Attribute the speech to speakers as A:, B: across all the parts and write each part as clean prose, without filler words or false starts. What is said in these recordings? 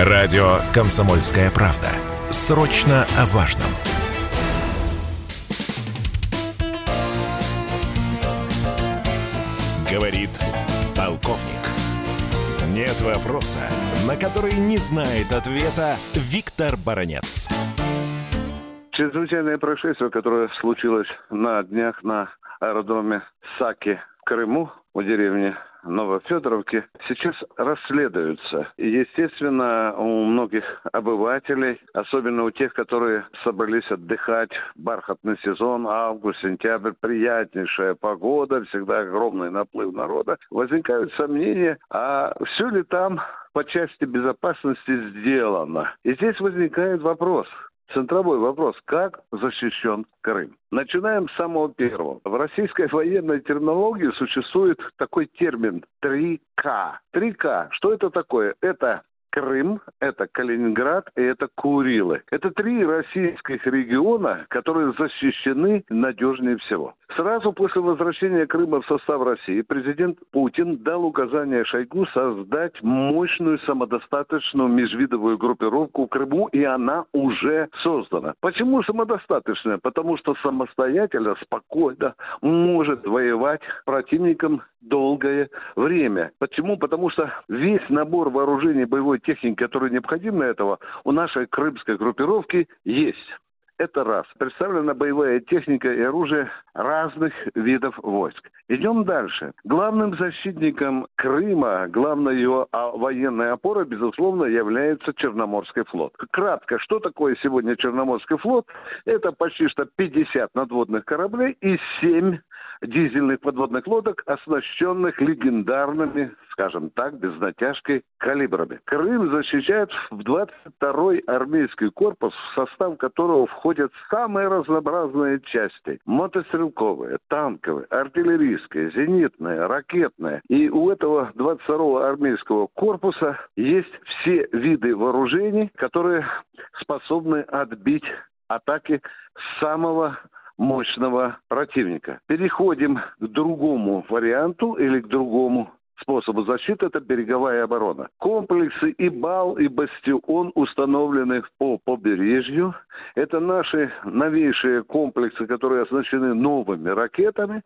A: Радио «Комсомольская правда». Срочно о важном. Говорит полковник. Нет вопроса, на который не знает ответа Виктор Баранец.
B: Чрезвычайное происшествие, которое случилось на днях на аэродроме Саки в Крыму, у деревни Новофедоровки, сейчас расследуется. И, естественно, у многих обывателей, особенно у тех, которые собрались отдыхать, бархатный сезон, август, сентябрь, приятнейшая погода, всегда огромный наплыв народа, возникают сомнения, а все ли там по части безопасности сделано. И здесь возникает вопрос. Центровой вопрос, как защищен Крым? Начинаем с самого первого. В российской военной терминологии существует такой термин 3К. 3К. Что это такое? Это Крым, это Калининград и это Курилы. Это три российских региона, которые защищены надежнее всего. Сразу после возвращения Крыма в состав России президент Путин дал указание Шойгу создать мощную самодостаточную межвидовую группировку в Крыму, и она уже создана. Почему самодостаточная? Потому что самостоятельно, спокойно может воевать с противником долгое время. Почему? Потому что весь набор вооружений боевой техники, который необходим для этого, у нашей крымской группировки есть. Это раз. Представлена боевая техника и оружие разных видов войск. Идем дальше. Главным защитником Крыма, главной его военной опорой, безусловно, является Черноморский флот. Кратко, что такое сегодня Черноморский флот? Это почти что 50 надводных кораблей и 7 дизельных подводных лодок, оснащенных легендарными, скажем так, без натяжки, калибрами. Крым защищает в 22-й армейский корпус, в состав которого входят самые разнообразные части. Мотострелковые, танковые, артиллерийские, зенитные, ракетные. И у этого 22-го армейского корпуса есть все виды вооружений, которые способны отбить атаки самого мощного противника. Переходим к другому варианту или к другому способу защиты. Это береговая оборона. Комплексы и БАЛ, и Бастион установлены по побережью. Это наши новейшие комплексы, которые оснащены новыми ракетами,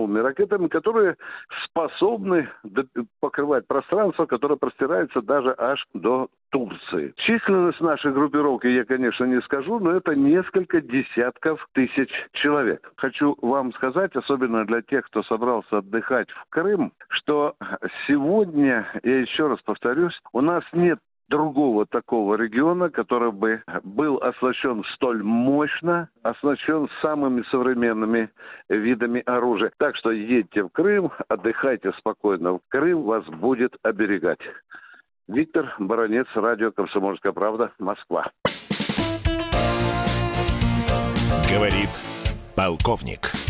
B: которые способны покрывать пространство, которое простирается даже аж до Турции. Численность нашей группировки я, конечно, не скажу, но это несколько десятков тысяч человек. Хочу вам сказать, особенно для тех, кто собрался отдыхать в Крым, что сегодня, я еще раз повторюсь, у нас нет другого такого региона, который бы был оснащен столь мощно, оснащен самыми современными видами оружия. Так что едьте в Крым, отдыхайте спокойно. Крым вас будет оберегать. Виктор Баранец, радио «Комсомольская правда», Москва.
A: Говорит полковник.